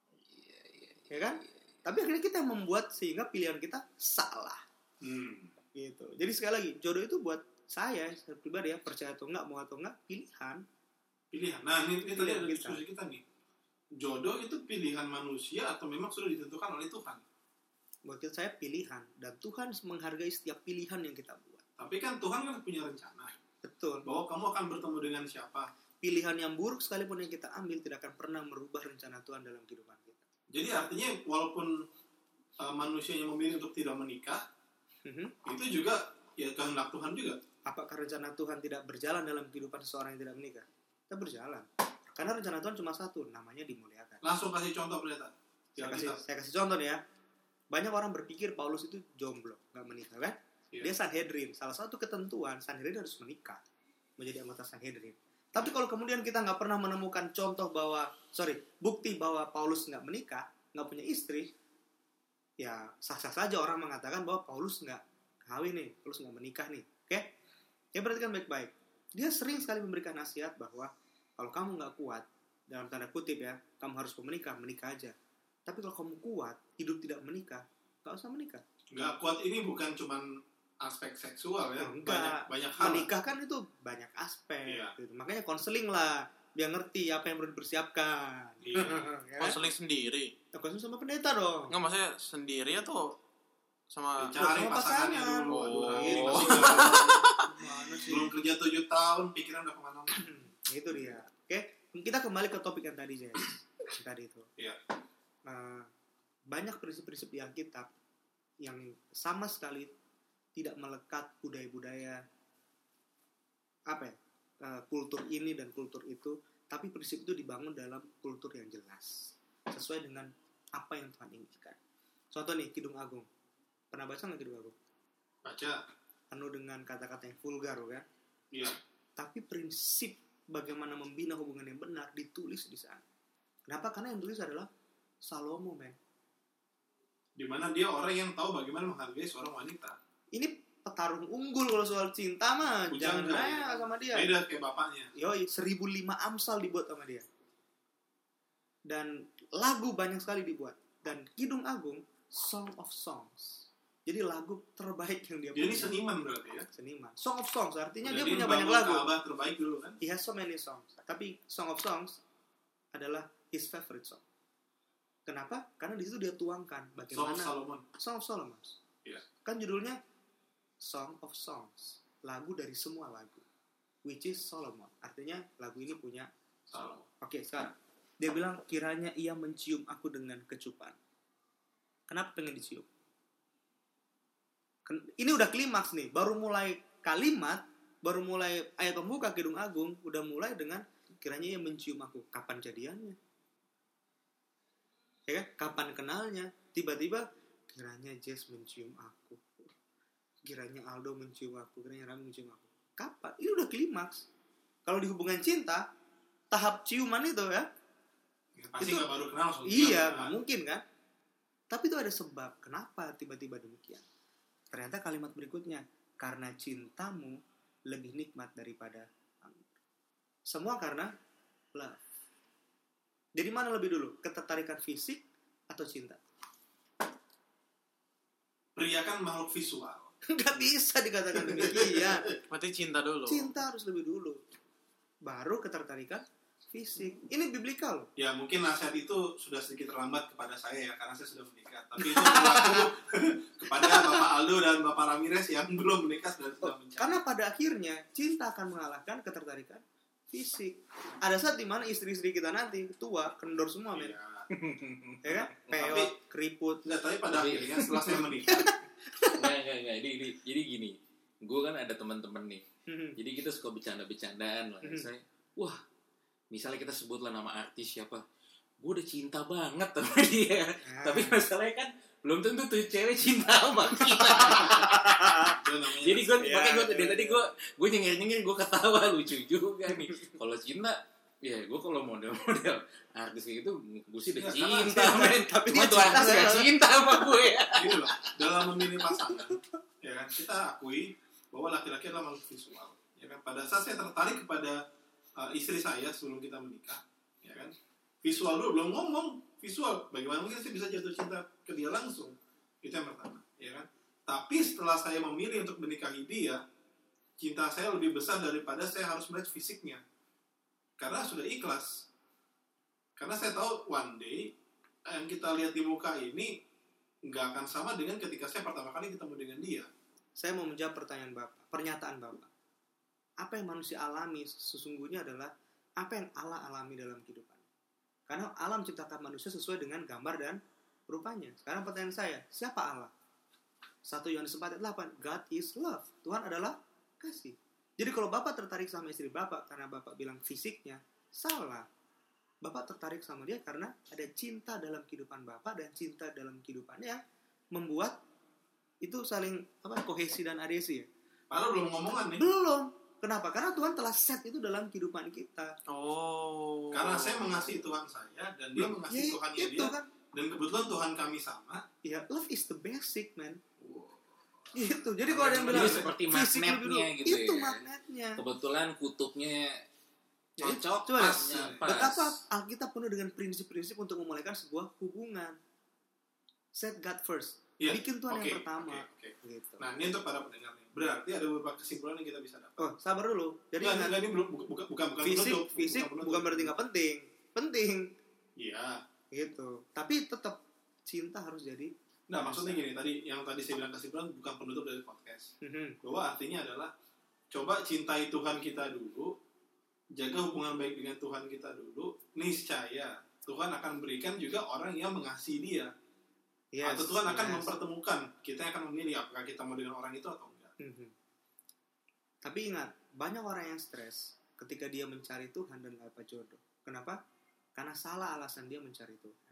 Ya kan? Tapi akhirnya kita yang membuat sehingga pilihan kita salah. Gitu. Jadi sekali lagi, jodoh itu buat saya pribadi ya, percaya atau enggak, mau atau enggak, pilihan. Nah, ini tadi Pilihan ada kita. diskusi kita nih. Jodoh itu pilihan manusia atau memang sudah ditentukan oleh Tuhan? Buat saya pilihan. Dan Tuhan menghargai setiap pilihan yang kita buat. Tapi kan Tuhan kan punya rencana Betul. bahwa kamu akan bertemu dengan siapa. Pilihan yang buruk sekalipun yang kita ambil tidak akan pernah merubah rencana Tuhan dalam kehidupan kita. Jadi artinya walaupun manusia yang memilih untuk tidak menikah, itu juga ya kehendak Tuhan juga. Apakah rencana Tuhan tidak berjalan dalam kehidupan seseorang yang tidak menikah? Kita berjalan. Karena rencana Tuhan cuma satu, namanya dimuliakan. Langsung kasih contoh pendeta. Saya kasih contoh nih ya. Banyak orang berpikir Paulus itu jomblo, nggak menikah kan? Iya. Dia Sanhedrin. Salah satu ketentuan Sanhedrin harus menikah, menjadi anggota Sanhedrin. Tapi kalau kemudian kita nggak pernah menemukan bukti bahwa Paulus nggak menikah, nggak punya istri, ya sah-sah saja orang mengatakan bahwa Paulus nggak kawin nih, Paulus nggak menikah nih. Oke? Ya perhatikan baik-baik. Dia sering sekali memberikan nasihat bahwa kalau kamu nggak kuat, dalam tanda kutip ya, kamu harus menikah aja. Tapi kalau kamu kuat, hidup tidak menikah, nggak usah menikah. Nggak kuat ini bukan cuman aspek seksual ya, Enggak. banyak hal. Menikah kan itu banyak aspek. Iya. Gitu. Makanya konseling lah, biar ngerti apa yang perlu dipersiapkan. Iya. Ya kan? Konseling sendiri. Konseling sama pendeta dong. Enggak, maksudnya sendiri atau sama Cari sama pasangannya pasangan. dulu. Oh. Ini masih Gimana sih? belum kerja 7 tahun, pikiran udah kemana-mana. Itu dia. Oke, kita kembali ke topik yang tadi, Jess. Yang tadi itu. Iya. Banyak prinsip-prinsip di Alkitab yang sama sekali tidak melekat budaya-budaya kultur ini dan kultur itu, tapi prinsip itu dibangun dalam kultur yang jelas sesuai dengan apa yang Tuhan inginkan. Contoh nih, Kidung Agung. Pernah baca nggak Kidung Agung? Baca. Penuh dengan kata-kata yang vulgar, kan? Iya. Tapi prinsip bagaimana membina hubungan yang benar ditulis di sana. Kenapa? Karena yang tulis adalah Salomo, men. Dimana dia orang yang tahu bagaimana menghargai seorang wanita. Ini petarung unggul kalau soal cinta mah. Jangan Pujangga, nanya sama dia. Beda kayak bapaknya. Yoi, 1005 Amsal dibuat sama dia. Dan lagu banyak sekali dibuat. Dan Kidung Agung, Song of Songs. Jadi lagu terbaik yang dia Dia ini punya. seniman berarti ya. Seniman. Song of Songs, artinya Jadi dia punya banyak bangun lagu. Ka'bah terbaik dulu kan. He has so many songs. Tapi Song of Songs adalah his favorite song. Kenapa? Karena di situ dia tuangkan Song bagaimana Solomon. Song of Solomon. Iya. Kan judulnya Song of Songs, lagu dari semua lagu, which is Solomon. Artinya lagu ini punya Solomon. Oke, sekarang Dia bilang kiranya ia mencium aku dengan kecupan. Kenapa pengen dicium? Ini udah klimaks nih, baru mulai kalimat, baru mulai ayat pembuka Kidung Agung, udah mulai dengan kiranya ia mencium aku. Kapan jadiannya? Ya kan? Kapan kenalnya? Tiba-tiba kiranya Jess mencium aku. Kiranya Aldo mencium aku, kiranya Rami mencium aku. Kapan? Ini udah klimaks. Kalau di hubungan cinta, tahap ciuman itu ya, Pasti nggak baru kenal langsung. iya, nggak mungkin kan? Tapi itu ada sebab. Kenapa tiba-tiba demikian? Ternyata kalimat berikutnya, karena cintamu lebih nikmat daripada anggur. Semua karena love. Jadi mana lebih dulu? Ketertarikan fisik atau cinta? Pria kan makhluk visual. Nggak bisa dikatakan demikian. Berarti cinta dulu. Cinta harus lebih dulu. Baru ketertarikan fisik. Ini biblikal loh. Ya mungkin nasihat itu sudah sedikit terlambat kepada saya ya, karena saya sudah menikah. Tapi itu berlaku kepada Bapak Aldo dan Bapak Ramirez yang belum menikah dan sudah mencari. Karena pada akhirnya cinta akan mengalahkan ketertarikan fisik. Ada saat dimana istri-istri kita nanti tua, kendor semua men. Iya. Ya kan? Tapi- Peot, keriput. Nggak, tapi pada akhirnya setelah saya menikah, Enggak. Jadi gini, gue kan ada teman-teman nih. Jadi kita suka bercanda-bercandaan lah. Saya, wah, misalnya kita sebutlah nama artis siapa, gue udah cinta banget sama dia. Tapi masalahnya kan belum tentu tuh cewek cinta sama kita. itu namanya Jadi gue, Ya, makanya gue ya, dari tadi gue nyengir-nyengir, gue ketawa lucu juga nih. Kalau cinta, ya gue kalau model-model artis kayak gitu, gue sih udah Ya, cinta, karena- men. tapi Cuma dia tuh artis cinta, gak cinta sama gue ya. gini loh, dalam memilih pasangan, ya kan, kita akui bahwa laki-laki adalah makhluk visual. Ya kan, pada saat saya tertarik kepada istri saya sebelum kita menikah, ya kan, visual dulu, belum ngomong visual. Bagaimana mungkin saya bisa jatuh cinta ke dia langsung? Itu yang pertama, ya kan. Tapi setelah saya memilih untuk menikahi dia, cinta saya lebih besar daripada saya harus melihat fisiknya, karena sudah ikhlas. Karena saya tahu one day yang kita lihat di muka ini nggak akan sama dengan ketika saya pertama kali ketemu dengan dia. Saya mau menjawab pertanyaan Bapak, pernyataan Bapak. Apa yang manusia alami sesungguhnya adalah apa yang Allah alami dalam kehidupan. Karena Allah menciptakan manusia sesuai dengan gambar dan rupanya. Sekarang pertanyaan saya, siapa Allah? 1 Yohanes 4 ayat 8, God is love. Tuhan adalah kasih. Jadi kalau Bapak tertarik sama istri Bapak karena Bapak bilang fisiknya, salah. Bapak tertarik sama dia karena ada cinta dalam kehidupan Bapak dan cinta dalam kehidupannya yang membuat itu saling kohesi dan adhesi ya. Padahal belum ngomongan nih. Belum. Kenapa? Karena Tuhan telah set itu dalam kehidupan kita. Oh. Karena saya mengasihi Tuhan saya dan dia mengasihi Tuhannya itu dia. kan. Dan kebetulan Tuhan kami sama. Ya, love is the basic, man. Wow. Gitu. Jadi kalau ada yang bilang Jadi seperti fisik magnetnya lebih dulu, gitu itu ya. magnetnya. Kebetulan kutubnya Jadi, cocok, coba pas, lihat, pas. betapa Alkitab penuh dengan prinsip-prinsip untuk memulaikan sebuah hubungan. Set God first. Iya. Bikin Tuhan Oke, yang pertama. oke. Gitu. Nah ini untuk para pendengar nih. Berarti ada beberapa kesimpulan yang kita bisa dapat. Oh, sabar dulu. Jadi ingat, Enggak, ini belum bukan fisik penutup. bukan berarti nggak penting. Penting. Iya. Gitu. Tapi tetap cinta harus jadi. Nah maksudnya gini, yang tadi saya bilang kesimpulan bukan penutup dari podcast. Bahwa artinya adalah coba cintai Tuhan kita dulu, jaga hubungan baik dengan Tuhan kita dulu, niscaya Tuhan akan berikan juga orang yang mengasihi dia. Yes, Atau Tuhan akan yes. mempertemukan, kita yang akan memilih apakah kita mau dengan orang itu atau enggak. Tapi ingat, banyak orang yang stres ketika dia mencari Tuhan dan gak dapat jodoh. Kenapa? Karena salah alasan dia mencari Tuhan.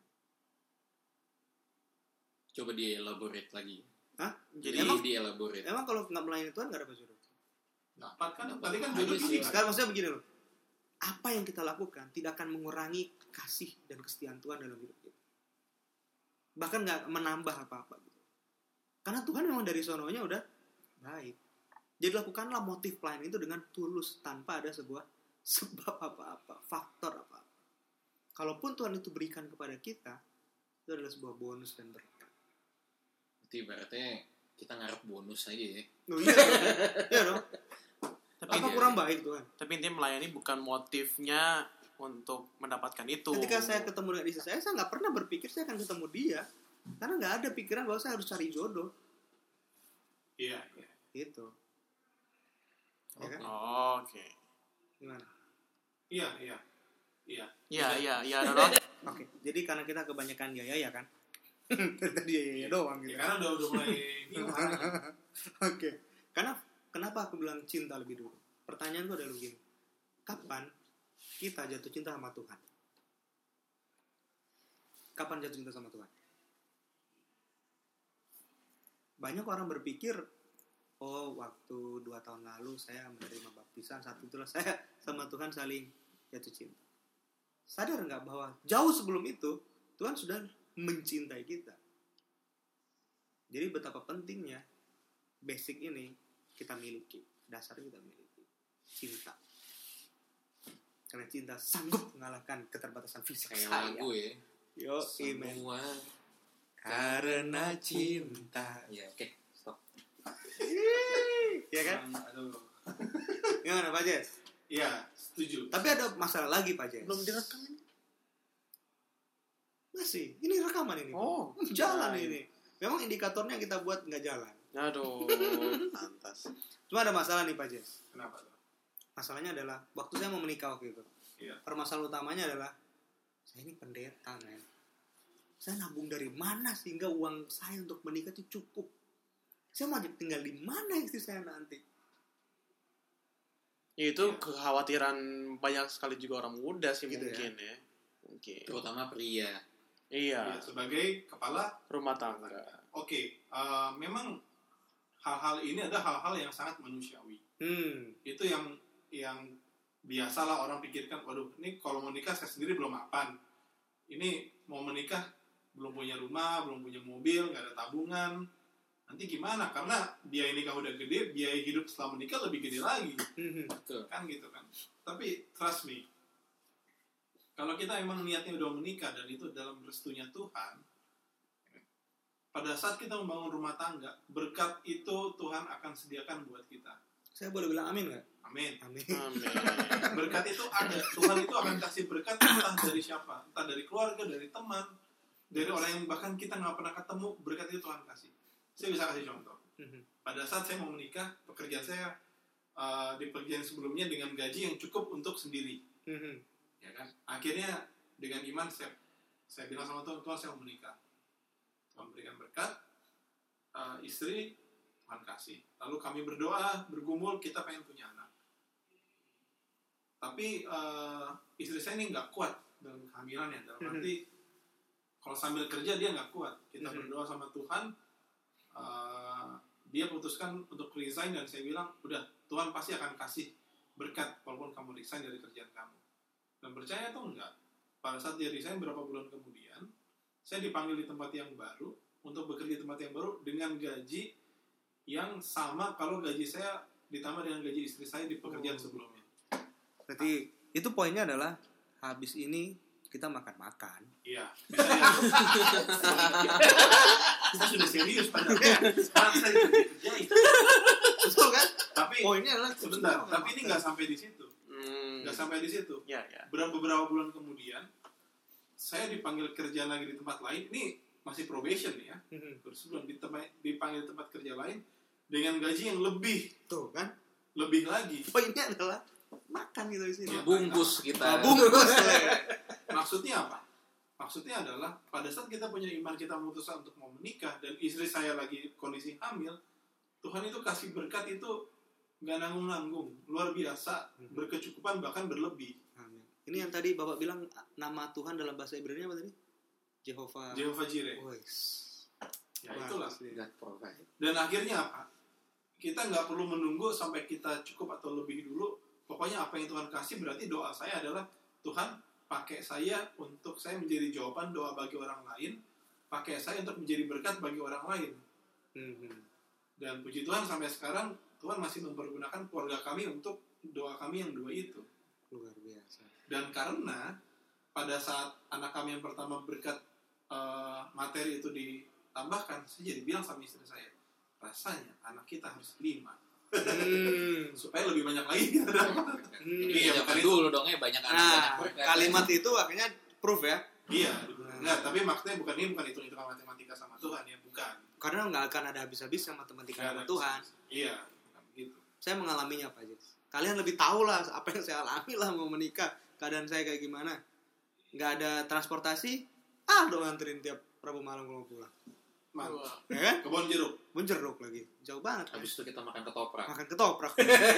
Coba dia elaborate lagi. Hah? Jadi Emang- dia elaborate. Emang kalau nggak melayani Tuhan gak dapat jodoh? Dapat kan? Tadi kan Ada jodoh sih. pilihan. Sekarang maksudnya begini loh. Apa yang kita lakukan tidak akan mengurangi kasih dan kesetiaan Tuhan dalam hidup kita. Bahkan nggak menambah apa-apa gitu. Karena Tuhan memang dari sononya udah baik. Jadi lakukanlah motif pelayanan itu dengan tulus tanpa ada sebuah sebab apa-apa, faktor apa-apa. Kalaupun Tuhan itu berikan kepada kita, itu adalah sebuah bonus dan berkat. Berarti ibaratnya kita ngarep bonus aja ya. Oh iya, iya dong. Tapi, Apa kurang baik Tuhan? tapi intinya melayani bukan motifnya untuk mendapatkan itu. Ketika saya ketemu dengan istri saya nggak pernah berpikir saya akan ketemu dia. Karena nggak ada pikiran bahwa saya harus cari jodoh. Iya. Gitu. Ya kan? Oh, oke. Gimana? Iya. Iya. Iya, Ron. Oke, jadi karena kita kebanyakan gaya ya kan? Tadi ya doang Ya, gitu. karena udah mulai bingung arahnya. Oke. Kenapa aku bilang cinta lebih dulu? Pertanyaan gue adalah begini. Kapan kita jatuh cinta sama Tuhan? Kapan jatuh cinta sama Tuhan? Banyak orang berpikir, oh waktu 2 tahun lalu saya menerima baptisan, saat itulah saya sama Tuhan saling jatuh cinta. Sadar nggak bahwa jauh sebelum itu Tuhan sudah mencintai kita. Jadi betapa pentingnya basic ini kita miliki, dasarnya kita miliki cinta. Karena cinta sanggup mengalahkan keterbatasan fisik Kayak saya. lagu ya. Yo, amen. Semua Karena cinta. ya oke stop. Iya kan? Aduh. Gimana Pak Jes? Iya, setuju. Tapi ada masalah lagi Pak Jes. Belum direkam ini. Masih. Ini rekaman ini. Oh, Jalan kirain. ini. Memang indikatornya kita buat nggak jalan. Aduh, pantas. Cuma ada masalah nih Pak Jes. Kenapa tuh? Masalahnya adalah waktu saya mau menikah waktu itu. Iya. Permasalahan utamanya adalah saya ini pendeta, men. Saya nabung dari mana sehingga uang saya untuk menikah itu cukup? Saya mau tinggal di mana istri saya nanti? Ya, itu kekhawatiran banyak sekali juga orang muda sih Gitu mungkin ya. Mungkin. Terutama pria. Ya, Iya, sebagai kepala, rumah tangga. oke, memang hal-hal ini ada hal-hal yang sangat manusiawi. Itu yang biasalah orang pikirkan, waduh, ini kalau mau nikah saya sendiri belum mapan. Ini mau menikah belum punya rumah, belum punya mobil, nggak ada tabungan. Nanti gimana? Karena biaya nikah udah gede, biaya hidup setelah menikah lebih gede lagi. Betul. Kan gitu kan. Tapi trust me, kalau kita emang niatnya udah menikah dan itu dalam restunya Tuhan, pada saat kita membangun rumah tangga, berkat itu Tuhan akan sediakan buat kita. Saya boleh bilang amin nggak? Amin. Amin. Amin. Berkat itu ada. Tuhan itu akan kasih berkat entah dari siapa, entah dari keluarga, dari teman, dari orang yang bahkan kita nggak pernah ketemu. Berkat itu Tuhan kasih. Saya bisa kasih contoh. Pada saat saya mau menikah, pekerjaan saya di pekerjaan sebelumnya dengan gaji yang cukup untuk sendiri, ya kan. Akhirnya dengan iman saya bilang sama Tuhan, Tuhan saya mau menikah. Tuhan berikan berkat, istri Tuhan kasih. Lalu kami berdoa, bergumul, kita pengen punya anak. Tapi istri saya ini nggak kuat dalam kehamilannya. Dalam arti kalau sambil kerja dia nggak kuat. Kita berdoa sama Tuhan, dia putuskan untuk resign dan saya bilang, udah Tuhan pasti akan kasih berkat walaupun kamu resign dari kerjaan kamu. Dan percaya atau enggak, pada saat dia resign beberapa bulan kemudian, saya dipanggil di tempat yang baru untuk bekerja di tempat yang baru dengan gaji yang sama kalau gaji saya ditambah dengan gaji istri saya di pekerjaan sebelumnya. Berarti itu poinnya adalah habis ini kita makan-makan. Iya, bisa ya. Kita sudah serius padahal. Sekarang saya kerja. Betul kan? Tapi Poinnya adalah sebentar, tapi ini nggak sampai di situ. Nggak sampai di situ. Ya. Beberapa bulan kemudian, saya dipanggil kerja lagi di tempat lain. Ini masih probation ya. Terus sebelum dipanggil di tempat kerja lain dengan gaji yang lebih Tuh kan? lebih lagi. Poinnya adalah makan gitu di sini. Ya. Bungkus kita. Bungkus. Maksudnya apa? Maksudnya adalah pada saat kita punya iman, kita memutuskan untuk mau menikah dan istri saya lagi kondisi hamil, Tuhan itu kasih berkat itu nggak nanggung-nanggung, luar biasa, berkecukupan bahkan berlebih. Amin. Ini yang tadi Bapak bilang nama Tuhan dalam bahasa Ibrani apa tadi? Jehovah Jireh. Ya itulah. God provide. Dan akhirnya apa? Kita nggak perlu menunggu sampai kita cukup atau lebih dulu. Pokoknya apa yang Tuhan kasih, berarti doa saya adalah Tuhan pakai saya untuk saya menjadi jawaban doa bagi orang lain, pakai saya untuk menjadi berkat bagi orang lain. Dan puji Tuhan sampai sekarang Tuhan masih mempergunakan keluarga kami untuk doa kami yang dua itu. Luar biasa. Dan karena pada saat anak kami yang pertama berkat materi itu ditambahkan, saya jadi bilang sama istri saya, rasanya anak kita harus 5 supaya lebih banyak lagi kita dapat. Iya, bukan bukan itu. dulu dong ya banyak anak banyak Nah, berkat. kalimat itu akhirnya proof ya. Iya, enggak, tapi maksudnya bukan hitung-hitungan matematika sama Tuhan ya, bukan. Karena nggak akan ada habis-habisnya matematika Nggak sama ada Tuhan. Iya, bukan begitu. Saya mengalaminya Pak Jes. Kalian lebih tahu lah apa yang saya alami lah mau menikah. keadaan saya kayak gimana, nggak ada transportasi, Aldo nganterin tiap Rabu malam kalau mau pulang. Mantap. Ya kan? Kebon jeruk. Jeruk lagi, jauh banget. Habis itu kita makan ketoprak. Makan ketoprak.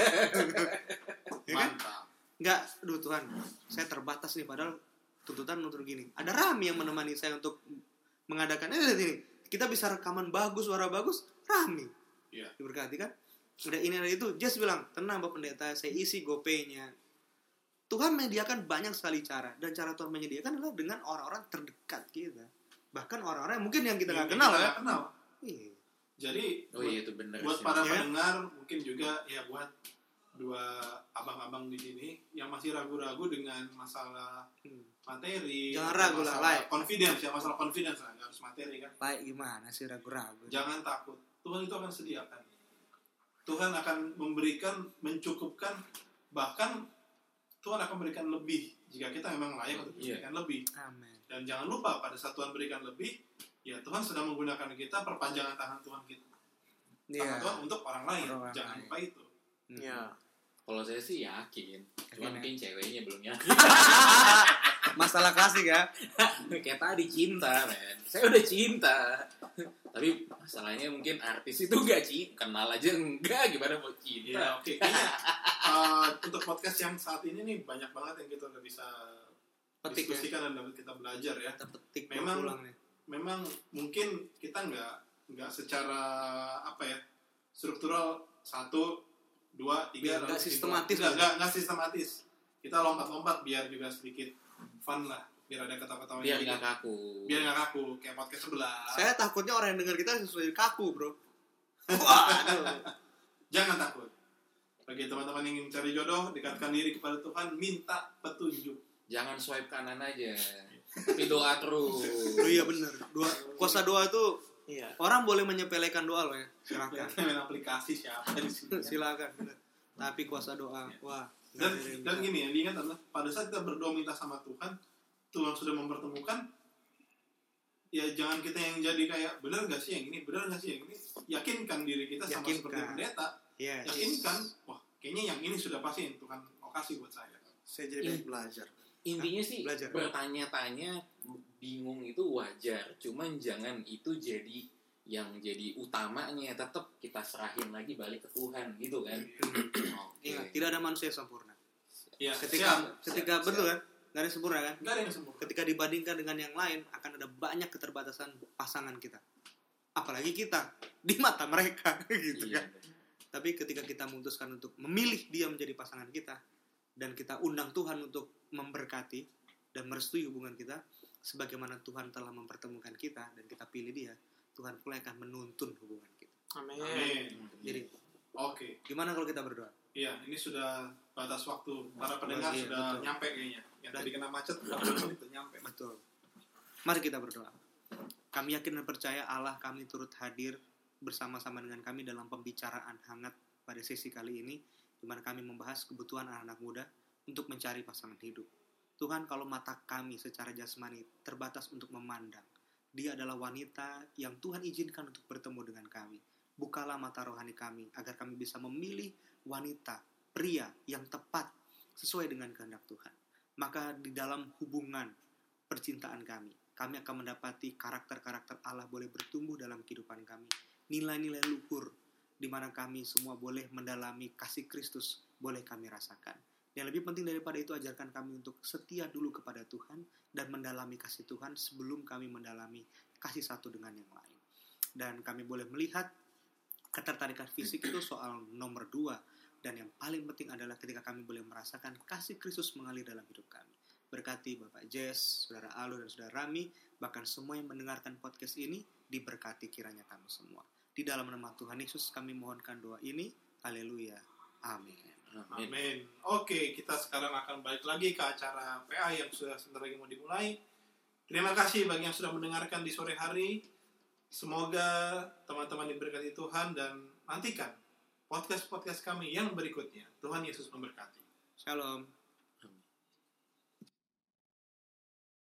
Ya kan? Mantap. Nggak, aduh Tuhan, saya terbatas nih, padahal tuntutan untuk gini. Ada Rami yang menemani saya untuk mengadakan, lihat ini, kita bisa rekaman bagus, suara bagus, Rami. Iya. Diberkati kan? Udah ini ada itu, Jess bilang, tenang Bapak Pendeta, saya isi GoPay-nya. Tuhan menyediakan banyak sekali cara, dan cara Tuhan menyediakan adalah dengan orang-orang terdekat kita. Bahkan orang-orang yang mungkin yang kita nggak kenal ya. Kenal. Iya. Jadi Oh iya itu benar. buat sih. para Ya. pendengar, mungkin juga ya buat dua abang-abang di sini yang masih ragu-ragu dengan masalah materi, Jangan ragu lah, masalah like. confidence ya, masalah confidence lah, nggak harus materi kan. Baik gimana sih ragu-ragu? Jangan takut, Tuhan itu akan sediakan. Tuhan akan memberikan, mencukupkan, bahkan Tuhan akan berikan lebih jika kita memang layak untuk Iya. memberikan lebih. Amin. Dan jangan lupa pada saat Tuhan berikan lebih, ya Tuhan sedang menggunakan kita, perpanjangan tangan Tuhan kita. Tangan Tuhan untuk orang lain, Orang jangan lain. lupa itu. Ya. Kalau saya sih yakin. Cuma Yakin ya? mungkin ceweknya belum yakin. Masalah klasik ya. Kayak tadi cinta, men. Saya udah cinta. Tapi masalahnya mungkin artis itu gak cinta. Kenal aja enggak, gimana mau cinta. Ya, oke. Kayaknya untuk podcast yang saat ini nih banyak banget yang kita udah bisa Petik ya. diskusikan dan dapat kita belajar ya. Kita petik Memang- pulang nih. Memang mungkin kita nggak secara apa ya struktural 1, 2, 3 Nggak sistematis. nggak sistematis. Kita lompat-lompat biar juga sedikit fun lah, biar ada ketawa-ketawa Biar nggak kaku. biar nggak kaku kayak podcast sebelah. Saya takutnya orang yang dengar kita sesuai kaku, bro. Waduh. Jangan takut. Bagi teman-teman yang ingin cari jodoh, dekatkan diri kepada Tuhan, minta petunjuk. Jangan swipe kanan aja. Tapi doa terus. Oh iya benar. Kuasa doa itu Iya. orang boleh menyepelekan doa loh ya. Ya, Silakan. main aplikasi siapa di sini. Silakan. bener. Tapi kuasa doa, wah. nggak Dan ada yang dan bisa. gini yang diingat adalah pada saat kita berdoa minta sama Tuhan, Tuhan sudah mempertemukan. Ya jangan kita yang jadi kayak benar nggak sih yang ini, benar nggak sih yang ini. Yakinkan diri kita sama Yakinkan. seperti pendeta. Yes. Yakinkan, wah kayaknya yang ini sudah pasti yang Tuhan mau kasih buat saya. Saya jadi banyak belajar. Intinya sih Belajar. bertanya-tanya, bingung itu wajar. Cuman jangan itu jadi yang jadi utamanya. Tetap kita serahin lagi balik ke Tuhan gitu kan. Oke. Ingat, tidak ada manusia yang sempurna. Ya, Ketika betul kan? Nggak ada yang sempurna kan? nggak ada yang sempurna. Ketika dibandingkan dengan yang lain akan ada banyak keterbatasan pasangan kita. Apalagi kita di mata mereka gitu Iya. kan. Tapi ketika kita memutuskan untuk memilih dia menjadi pasangan kita dan kita undang Tuhan untuk memberkati dan merestui hubungan kita sebagaimana Tuhan telah mempertemukan kita dan kita pilih dia, Tuhan pula akan menuntun hubungan kita. Amin. Amin. Jadi, Oke. gimana kalau kita berdoa? Iya, ini sudah batas waktu. Para pendengar Iya, sudah betul. nyampe kayaknya. Yang tadi kena macet, itu nyampe. Betul. Mari kita berdoa. Kami yakin dan percaya Allah kami turut hadir bersama-sama dengan kami dalam pembicaraan hangat pada sesi kali ini, di mana kami membahas kebutuhan anak-anak muda untuk mencari pasangan hidup. Tuhan, kalau mata kami secara jasmani terbatas untuk memandang, dia adalah wanita yang Tuhan izinkan untuk bertemu dengan kami. Bukalah mata rohani kami, agar kami bisa memilih wanita, pria yang tepat sesuai dengan kehendak Tuhan. Maka di dalam hubungan percintaan kami akan mendapati karakter-karakter Allah boleh bertumbuh dalam kehidupan kami. Nilai-nilai luhur, di mana kami semua boleh mendalami kasih Kristus, boleh kami rasakan. Yang lebih penting daripada itu, ajarkan kami untuk setia dulu kepada Tuhan dan mendalami kasih Tuhan sebelum kami mendalami kasih satu dengan yang lain. Dan kami boleh melihat ketertarikan fisik itu soal nomor 2. Dan yang paling penting adalah ketika kami boleh merasakan kasih Kristus mengalir dalam hidup kami. Berkati Bapak Jess, Saudara Aldo, dan Saudara Rami, bahkan semua yang mendengarkan podcast ini, diberkati kiranya kami semua. Di dalam nama Tuhan Yesus kami mohonkan doa ini. Haleluya. Amin. Amin. Amin. Oke, kita sekarang akan balik lagi ke acara PA yang sudah sebentar lagi mau dimulai. Terima kasih bagi yang sudah mendengarkan di sore hari. Semoga teman-teman diberkati Tuhan dan nantikan podcast-podcast kami yang berikutnya. Tuhan Yesus memberkati. Shalom.